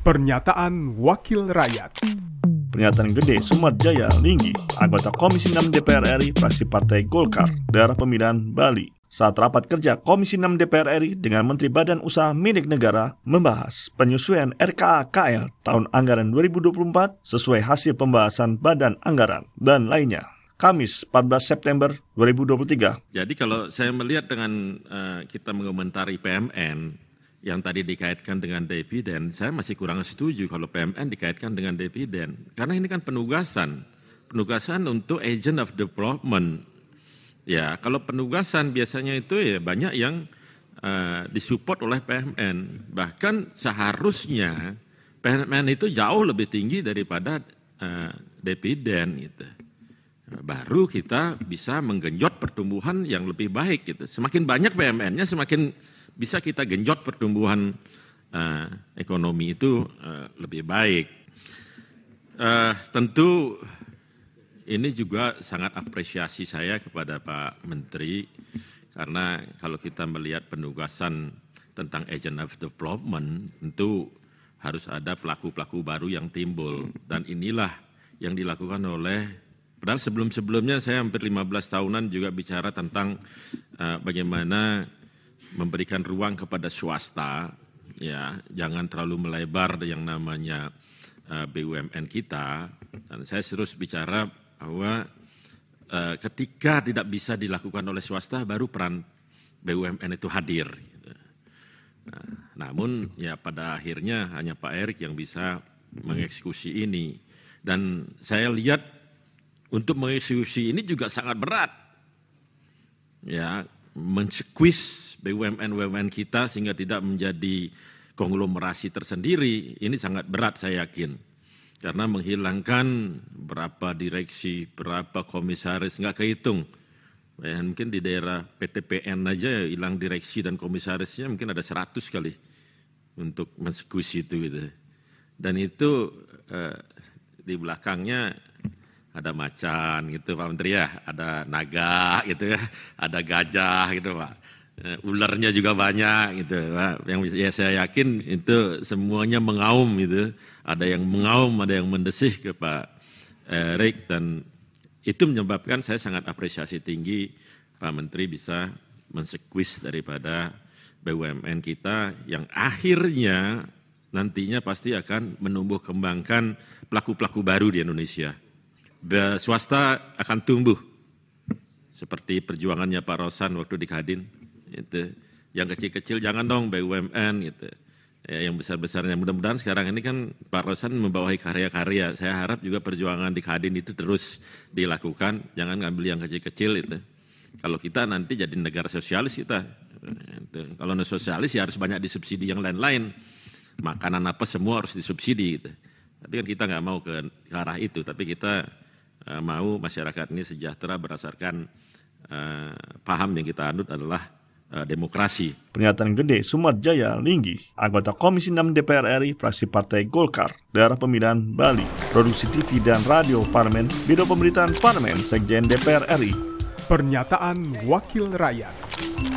Pernyataan Wakil Rakyat. Pernyataan Gede Sumatjaya Linggi, anggota Komisi 6 DPR RI, fraksi Partai Golkar, daerah pemilihan Bali, saat rapat kerja Komisi 6 DPR RI dengan Menteri Badan Usaha Milik Negara membahas penyesuaian RKA-KL tahun anggaran 2024 sesuai hasil pembahasan Badan Anggaran dan lainnya. Kamis 14 September 2023. Jadi kalau saya melihat dengan kita mengomentari PMN yang tadi dikaitkan dengan dividen, saya masih kurang setuju kalau PMN dikaitkan dengan dividen. Karena ini kan penugasan untuk agent of development. Ya, kalau penugasan biasanya itu ya banyak yang disupport oleh PMN. Bahkan seharusnya PMN itu jauh lebih tinggi daripada dividen gitu. Baru kita bisa menggenjot pertumbuhan yang lebih baik gitu. Semakin banyak PMN-nya semakin bisa kita genjot pertumbuhan ekonomi itu lebih baik. Tentu ini juga sangat apresiasi saya kepada Pak Menteri, karena kalau kita melihat penugasan tentang agent of development, tentu harus ada pelaku-pelaku baru yang timbul. Dan inilah yang dilakukan oleh, padahal sebelum-sebelumnya saya hampir 15 tahunan juga bicara tentang bagaimana memberikan ruang kepada swasta, ya, jangan terlalu melebar yang namanya BUMN kita. Dan saya terus bicara bahwa ketika tidak bisa dilakukan oleh swasta, baru peran BUMN itu hadir. Namun ya pada akhirnya hanya Pak Erik yang bisa mengeksekusi ini. Dan saya lihat untuk mengeksekusi ini juga sangat berat. Ya, men-squeeze BUMN kita sehingga tidak menjadi konglomerasi tersendiri, ini sangat berat saya yakin. Karena menghilangkan berapa direksi, berapa komisaris, nggak kehitung. Ya, mungkin di daerah PTPN aja hilang direksi dan komisarisnya mungkin ada 100 kali untuk men-squeeze itu gitu. Dan itu di belakangnya ada macan gitu Pak Menteri ya, ada naga gitu ya, ada gajah gitu Pak. Ularnya juga banyak gitu Pak. Yang ya saya yakin itu semuanya mengaum gitu. Ada yang mengaum, ada yang mendesih ke Pak Erik, dan itu menyebabkan saya sangat apresiasi tinggi Pak Menteri bisa men-squeeze daripada BUMN kita yang akhirnya nantinya pasti akan menumbuh kembangkan pelaku-pelaku baru di Indonesia. Swasta akan tumbuh seperti perjuangannya Pak Rosan waktu di Kadin itu. Yang kecil-kecil jangan dong BUMN gitu. Ya, yang besar-besarnya mudah-mudahan sekarang ini kan Pak Rosan membawahi karya-karya. Saya harap juga perjuangan di Kadin itu terus dilakukan, jangan ngambil yang kecil-kecil itu. Kalau kita nanti jadi negara sosialis kita. Itu. Kalau sosialis ya harus banyak disubsidi yang lain-lain. Makanan apa semua harus disubsidi gitu. Tapi kan kita nggak mau ke arah itu, tapi kita mau masyarakat ini sejahtera berdasarkan paham yang kita anut adalah demokrasi. Pernyataan Gede Sumatjaya Linggi, anggota Komisi 6 DPR RI, fraksi Partai Golkar, daerah pemilihan Bali, produksi TV dan radio Parlemen, Biro Pemberitaan Parlemen, Sekjen DPR RI. Pernyataan Wakil Rakyat.